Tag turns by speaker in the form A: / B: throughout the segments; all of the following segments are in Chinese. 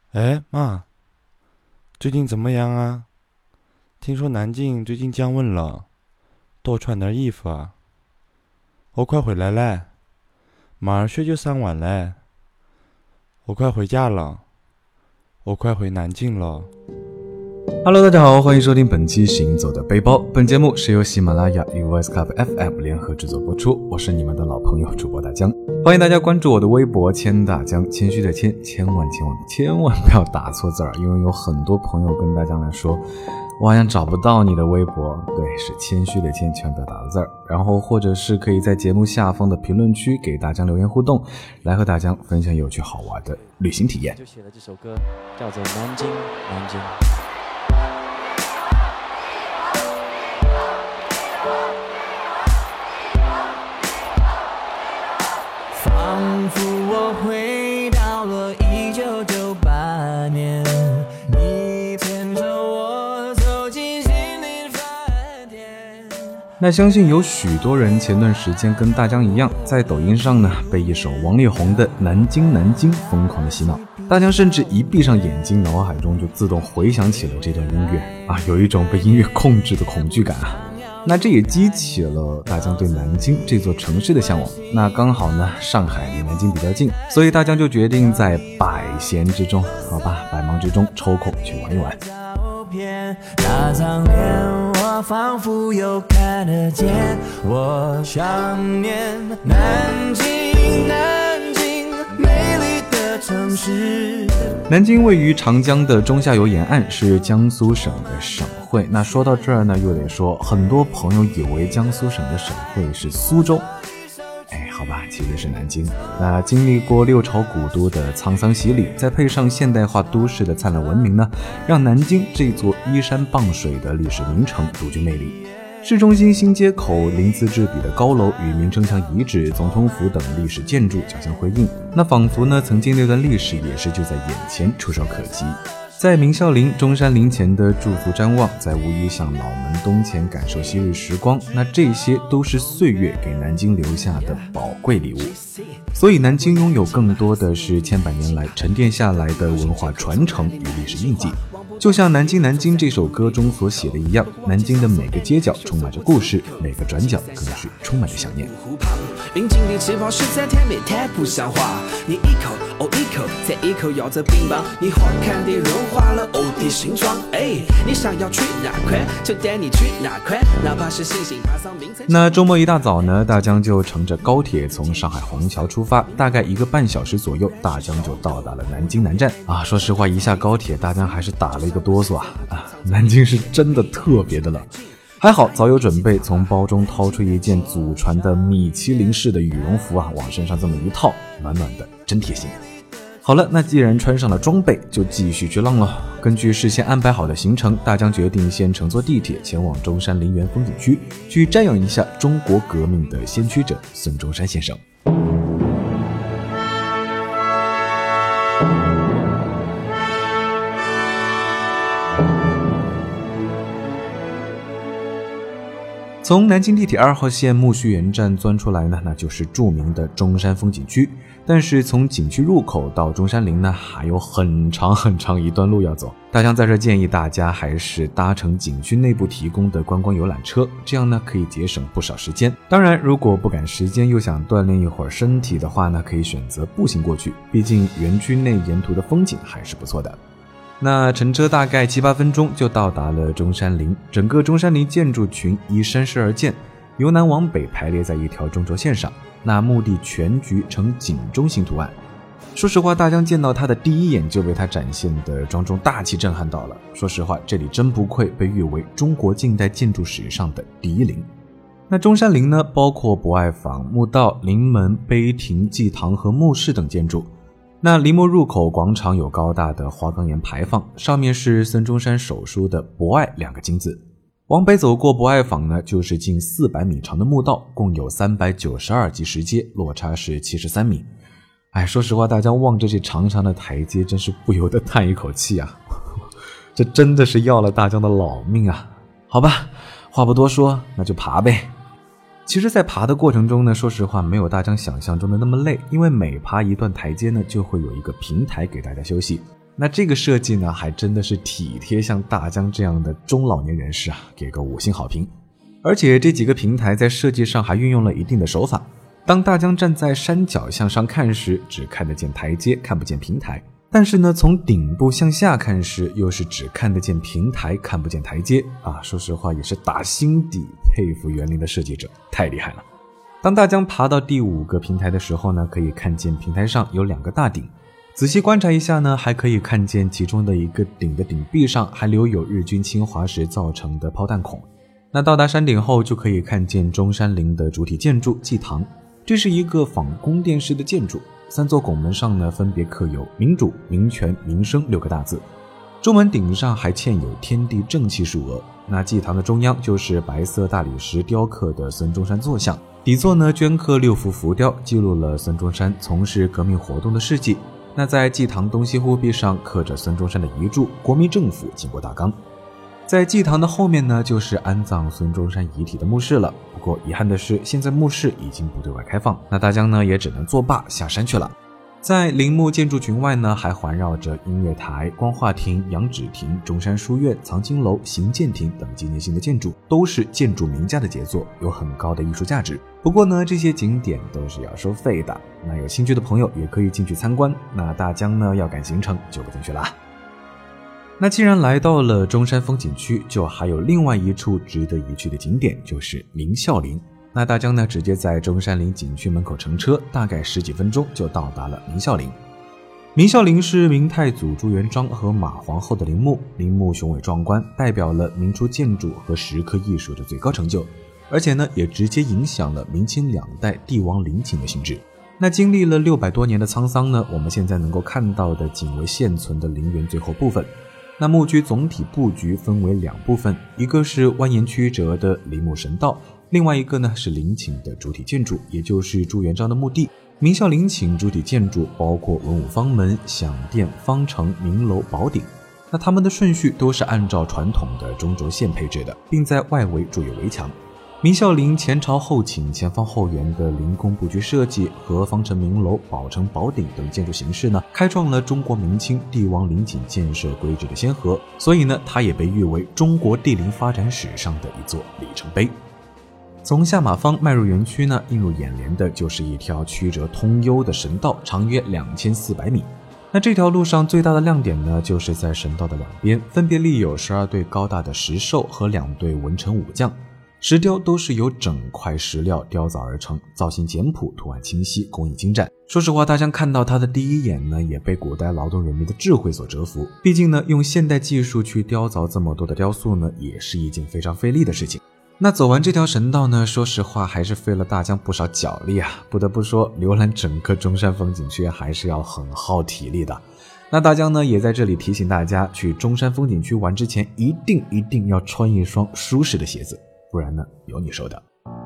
A: 哎，妈，最近怎么样啊？听说南京最近降温了，多穿点衣服啊。我快回来嘞，马上雪就上完嘞。我快回家了，我快回南京了。
B: Hello， 大家好，欢迎收听本期行走的背包。本节目是由喜马拉雅与 Voice Club FM 联合制作播出，我是你们的老朋友主播大江，欢迎大家关注我的微博谦大江，谦虚的谦，千万不要打错字儿，因为有很多朋友跟大江来说，我好像找不到你的微博，对，是谦虚的谦，千万不要打错字儿。然后或者是可以在节目下方的评论区给大江留言互动，来和大江分享有趣好玩的旅行体验。
C: 就写了这首歌，叫做《南京南京》。
D: 仿佛我回到了1998年，你牵着我走进心灵饭店。
B: 那相信有许多人前段时间跟大江一样，在抖音上呢被一首王力宏的《南京南京》疯狂的洗脑，大江甚至一闭上眼睛，脑海中就自动回想起了这段音乐啊，有一种被音乐控制的恐惧感啊。那这也激起了大江对南京这座城市的向往。那刚好呢，上海离南京比较近，所以大江就决定在百闲之中，百忙之中抽空去玩一玩。
D: 那张脸我仿佛又看得见，我想念南京南京美丽的城市。
B: 南京位于长江的中下游沿岸，是江苏省的省会。那说到这儿呢，又得说很多朋友以为江苏省的省会是苏州，好吧，其实是南京。那经历过六朝古都的沧桑洗礼，再配上现代化都市的灿烂文明呢，让南京这座依山傍水的历史名城独具魅力。市中心新街口鳞次栉比的高楼与明城墙遗址、总统府等历史建筑交相辉映，那仿佛呢曾经那段历史也是就在眼前，触手可及。在明孝陵、中山陵前的驻足瞻望，在吴语巷老门东前感受昔日时光，那这些都是岁月给南京留下的宝贵礼物。所以南京拥有更多的是千百年来沉淀下来的文化传承与历史印记。就像《南京南京》这首歌中所写的一样，南京的每个街角充满着故事，每个转角更是充满着想念。
D: 冰淇淋吃饱实在甜美，太不像话。你一口哦一口，再一口咬着冰棒，你好看的融化了欧的形状。你想要去哪块，就带你去哪块，哪怕是星星爬上名城。
B: 那周末一大早呢，大江就乘着高铁从上海虹桥出发，大概1个半小时左右，大江就到达了南京南站啊。说实话，一下高铁，大江还是打了一个哆嗦啊！南京是真的特别的冷。还好早有准备，从包中掏出一件祖传的米其林式的羽绒服啊，往身上这么一套，暖暖的，真贴心。好了，那既然穿上了装备，就继续去浪了。根据事先安排好的行程，大江决定先乘坐地铁前往中山陵园风景区，去瞻仰一下中国革命的先驱者孙中山先生。从南京地铁2号线木樨园站钻出来呢，那就是著名的中山风景区。但是从景区入口到中山陵呢，还有很长一段路要走。大江在这建议大家还是搭乘景区内部提供的观光游览车，这样呢可以节省不少时间。当然，如果不赶时间又想锻炼一会儿身体的话呢，可以选择步行过去，毕竟园区内沿途的风景还是不错的。那乘车大概7-8分钟就到达了中山陵，整个中山陵建筑群依山势而建，由南往北排列在一条中轴线上，那墓地全局呈井中形图案。说实话，大江见到它的第一眼就被它展现的庄重大气震撼到了。说实话，这里真不愧被誉为中国近代建筑史上的第一陵。那中山陵呢，包括博爱坊、墓道、陵门、碑亭、祭堂和墓室等建筑。那陵墓入口广场有高大的花岗岩牌坊，上面是孙中山手书的博爱2个金字。往北走过博爱坊呢，就是近400米长的墓道，共有392级石阶，落差是73米。说实话，大家望着这长长的台阶，真是不由得叹一口气啊！这真的是要了大江的老命啊！好吧，话不多说，那就爬呗。其实在爬的过程中呢，说实话没有大江想象中的那么累，因为每爬一段台阶呢，就会有一个平台给大家休息。 那这个设计呢，还真的是体贴像大江这样的中老年人士啊，给个5星好评。而且这几个平台在设计上还运用了一定的手法。当大江站在山脚向上看时，只看得见台阶，看不见平台。但是呢，从顶部向下看时，又是只看得见平台，看不见台阶啊！说实话，也是打心底佩服园林的设计者，太厉害了。当大江爬到第5个平台的时候呢，可以看见平台上有2个大顶。仔细观察一下呢，还可以看见其中的一个顶的顶壁上还留有日军侵华时造成的炮弹孔。那到达山顶后，就可以看见中山陵的主体建筑祭堂，这是一个仿宫殿式的建筑。3座拱门上呢，分别刻有民主、民权、民生6个大字。中门顶上还嵌有天地正气数额。那祭堂的中央就是白色大理石雕刻的孙中山坐像，底座呢镌刻6幅浮雕，记录了孙中山从事革命活动的事迹。那在祭堂东西护壁上刻着孙中山的遗著国民政府经过大纲。在祭堂的后面呢，就是安葬孙中山遗体的墓室了。不过遗憾的是，现在墓室已经不对外开放，那大江呢也只能作罢下山去了。在陵墓建筑群外呢，还环绕着音乐台、光化亭、杨芷亭、中山书院、藏经楼、行健亭等纪念性的建筑，都是建筑名家的杰作，有很高的艺术价值。不过呢，这些景点都是要收费的，那有兴趣的朋友也可以进去参观。那大江呢要赶行程就不进去了。那既然来到了中山风景区，就还有另外一处值得一去的景点，就是明孝陵。那大江呢直接在中山陵景区门口乘车，大概10几分钟就到达了明孝陵。明孝陵是明太祖朱元璋和马皇后的陵墓，陵墓雄伟壮观，代表了明初建筑和石刻艺术的最高成就，而且呢也直接影响了明清2代帝王陵寝的性质。那经历了600多年的沧桑呢，我们现在能够看到的仅为现存的陵园最后部分。那墓区总体布局分为2部分，一个是蜿蜒曲折的陵墓神道，另外一个呢是陵寝的主体建筑，也就是朱元璋的墓地。明孝陵寝主体建筑包括文武方门、享殿、方城、明楼、宝顶。那它们的顺序都是按照传统的中轴线配置的，并在外围筑有围墙。明孝陵前朝后寝、前方后圆的陵宫布局设计和方城明楼、宝城宝顶等建筑形式呢，开创了中国明清帝王陵寝建设规制的先河，所以呢，它也被誉为中国帝陵发展史上的一座里程碑。从下马坊迈入园区呢，映入眼帘的就是一条曲折通幽的神道，长约2400米。那这条路上最大的亮点呢，就是在神道的2边分别立有12对高大的石兽和2对文臣武将。石雕都是由整块石料雕凿而成，造型简朴，图案清晰，工艺精湛。说实话，大家看到它的第一眼呢，也被古代劳动人民的智慧所折服。毕竟呢，用现代技术去雕凿这么多的雕塑呢，也是一件非常费力的事情。那走完这条神道呢，说实话还是费了大江不少脚力啊。不得不说，浏览整个中山风景区还是要很耗体力的。那大江呢，也在这里提醒大家，去中山风景区玩之前，一定要穿一双舒适的鞋子。不然呢，有你受的。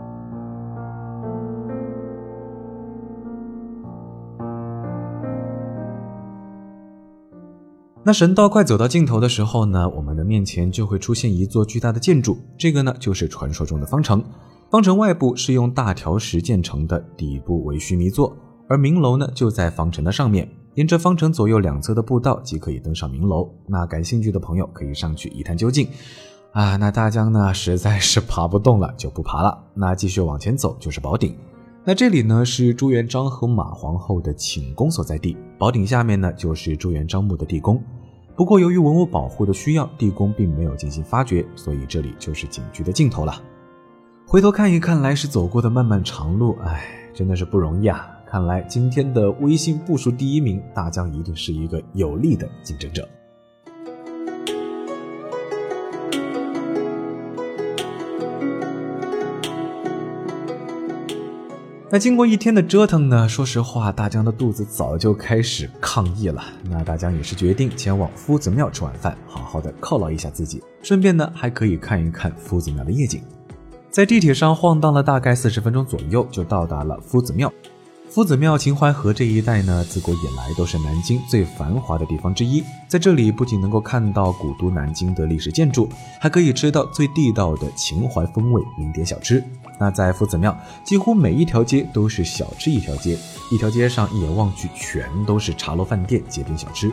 B: 那神道快走到尽头的时候呢，我们的面前就会出现一座巨大的建筑，这个呢就是传说中的方城。方城外部是用大条石建成的，底部为须弥座，而明楼呢就在方城的上面。沿着方城左右2侧的步道即可以登上明楼。那感兴趣的朋友可以上去一探究竟。那大江呢实在是爬不动了，就不爬了。那继续往前走就是宝顶。那这里呢是朱元璋和马皇后的寝宫所在地，宝顶下面呢就是朱元璋墓的地宫。不过由于文物保护的需要，地宫并没有进行发掘，所以这里就是景区的尽头了。回头看一看来时走过的漫漫长路，真的是不容易啊。看来今天的微信步数第1名，大江一定是一个有力的竞争者。那经过一天的折腾呢，说实话，大江的肚子早就开始抗议了。那大江也是决定前往夫子庙吃晚饭，好好的犒劳一下自己，顺便呢还可以看一看夫子庙的夜景。在地铁上晃荡了大概40分钟左右，就到达了夫子庙。夫子庙秦淮河这一带呢，自古以来都是南京最繁华的地方之一。在这里不仅能够看到古都南京的历史建筑，还可以吃到最地道的秦淮风味名点小吃。那在夫子庙，几乎每一条街都是小吃一条街，一条街上一眼望去全都是茶楼饭店、街边小吃。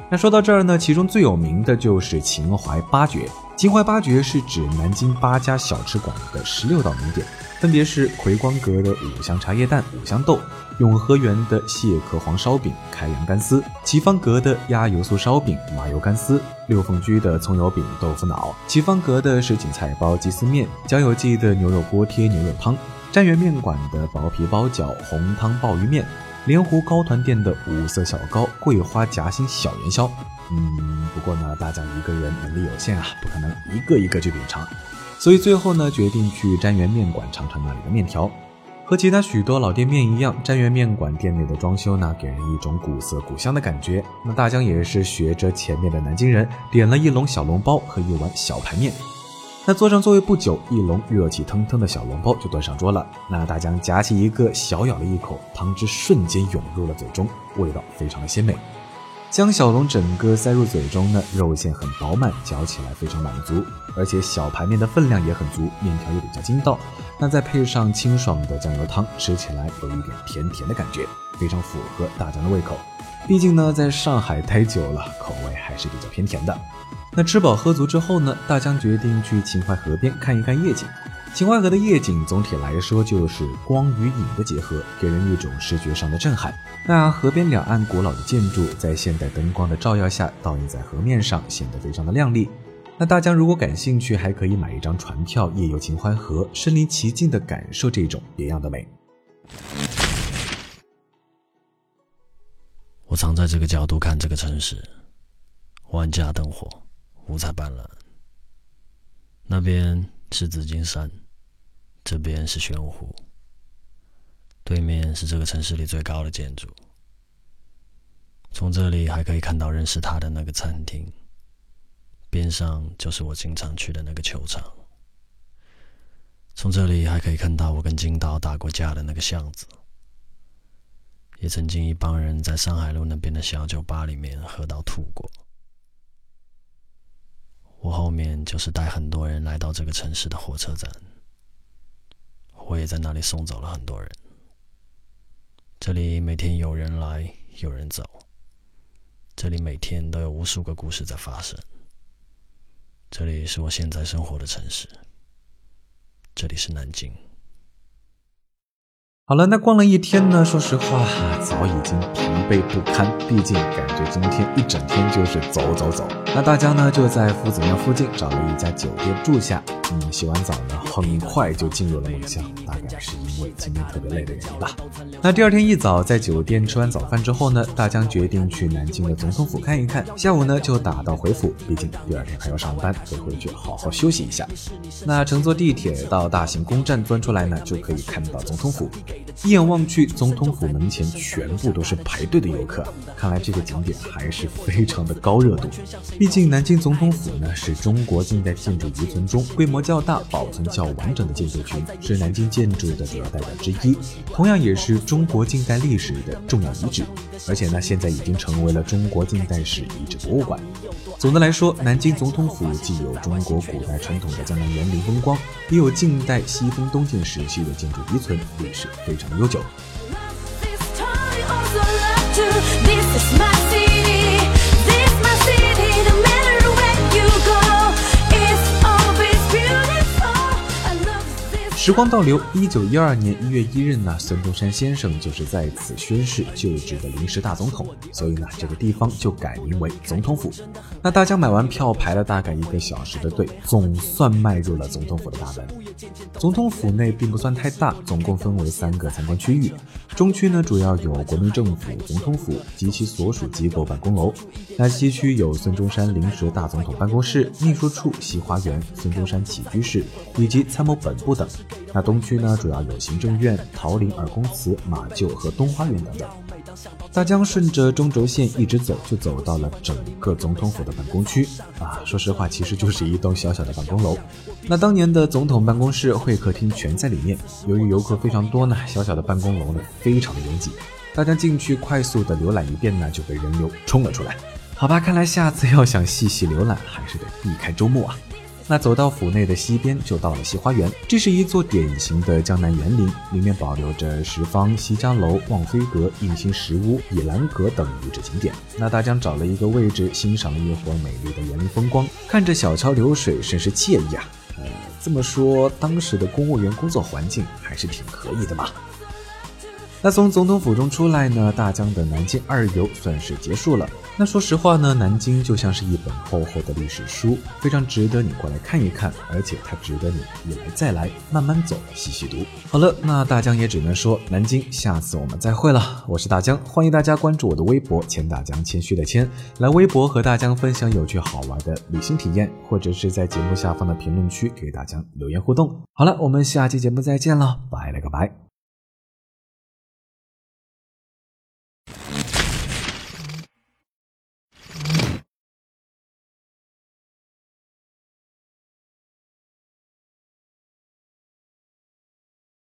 B: 那说到这儿呢，其中最有名的就是秦淮八绝。秦淮八绝是指南京8家小吃馆的16道名点，分别是葵光阁的五香茶叶蛋、五香豆，永和园的蟹壳黄烧饼、开阳干丝，齐芳阁的鸭油酥烧饼、麻油干丝，六凤居的葱油饼、豆腐脑，齐芳阁的什锦菜包、鸡丝面，郊游记的牛肉锅贴、牛肉汤，沾园面馆的薄皮包饺、红汤鲍鱼面，莲湖糕团店的五色小糕、桂花夹心小元宵。不过呢，大家一个人能力有限啊，不可能一个一个去品尝，所以最后呢，决定去沾园面馆尝尝那里的面条。和其他许多老店面一样，沾园面馆店内的装修呢，给人一种古色古香的感觉。那大江也是学着前面的南京人，点了一笼小笼包和一碗小排面。那坐上座位不久，一笼热气腾腾的小笼包就端上桌了。那大江夹起一个，小咬了一口，汤汁瞬间涌入了嘴中，味道非常的鲜美。将小笼整个塞入嘴中呢，肉馅很饱满，嚼起来非常满足，而且小排面的分量也很足，面条也比较筋道。那再配上清爽的酱油汤，吃起来有一点甜甜的感觉，非常符合大江的胃口。毕竟呢，在上海待久了，口味还是比较偏甜的。那吃饱喝足之后呢，大江决定去秦淮河边看一看夜景。秦淮河的夜景总体来说就是光与影的结合，给人一种视觉上的震撼。那河边两岸古老的建筑在现代灯光的照耀下倒映在河面上，显得非常的亮丽。那大江如果感兴趣，还可以买一张船票夜游秦淮河，身临其境地感受这种别样的美。
C: 我常在这个角度看这个城市，万家灯火，五彩斑斓。那边是紫金山，这边是玄湖，对面是这个城市里最高的建筑。从这里还可以看到认识他的那个餐厅，边上就是我经常去的那个球场。从这里还可以看到我跟金刀打过架的那个巷子，也曾经一帮人在上海路那边的小酒吧里面喝到吐过。我后面就是带很多人来到这个城市的火车站，我也在那里送走了很多人。这里每天有人来有人走，这里每天都有无数个故事在发生。这里是我现在生活的城市，这里是南京。
B: 好了，那逛了一天呢，说实话早已经疲惫不堪，毕竟感觉今天一整天就是走。那大家呢就在夫子庙附近找了一家酒店住下，洗完澡呢很快就进入了梦乡，大概是因为今天特别累的原因吧。那第二天一早在酒店吃完早饭之后呢，大江决定去南京的总统府看一看，下午呢就打道回府，毕竟第二天还要上班，得回去好好休息一下。那乘坐地铁到大行宫站钻出来呢，就可以看到总统府。一眼望去，总统府门前全部都是排队的游客，看来这个景点还是非常的高热度。毕竟南京总统府呢是中国近代建筑遗存中规模较大、保存较完整的建筑群，是南京建筑的主要代表之一，同样也是中国近代历史的重要遗址。而且呢，现在已经成为了中国近代史遗址博物馆。总的来说，南京总统府既有中国古代传统的江南园林风光，也有近代西风东晋时期的建筑遗存，历史非常悠久。时光倒流，1912年1月1日呢，孙中山先生就是在此宣誓就职的临时大总统，所以呢，这个地方就改名为总统府。那大家买完票排了大概1个小时的队，总算迈入了总统府的大门。总统府内并不算太大，总共分为3个参观区域。中区呢，主要有国民政府总统府及其所属机构办公楼。那西区有孙中山临时大总统办公室、秘书处、西花园、孙中山起居室以及参谋本部等。那东区呢，主要有行政院、桃林尔公祠、马厩和东花园等等。大江顺着中轴线一直走，就走到了整个总统府的办公区说实话，其实就是一栋小小的办公楼。那当年的总统办公室、会客厅全在里面。由于游客非常多呢，小小的办公楼呢非常的拥挤。大江进去快速的浏览一遍呢，就被人流冲了出来。好吧，看来下次要想细细浏览，还是得避开周末啊。 那走到府内的西边就到了西花园，这是一座典型的江南园林，里面保留着十方、西家楼、望飞阁、应星石屋、倚兰阁等遗址景点。那大江找了一个位置欣赏了一会儿美丽的园林风光，看着小桥流水甚是惬意啊。这么说当时的公务员工作环境还是挺可以的嘛。那从总统府中出来呢，大江的南京二游算是结束了。那说实话呢，南京就像是一本厚厚的历史书，非常值得你过来看一看，而且它值得你一来再来，慢慢走，细细读。好了，那大江也只能说南京，下次我们再会了。我是大江，欢迎大家关注我的微博谦大江，谦虚的谦，来微博和大江分享有趣好玩的旅行体验，或者是在节目下方的评论区给大江留言互动。好了，我们下期节目再见了，拜了个拜。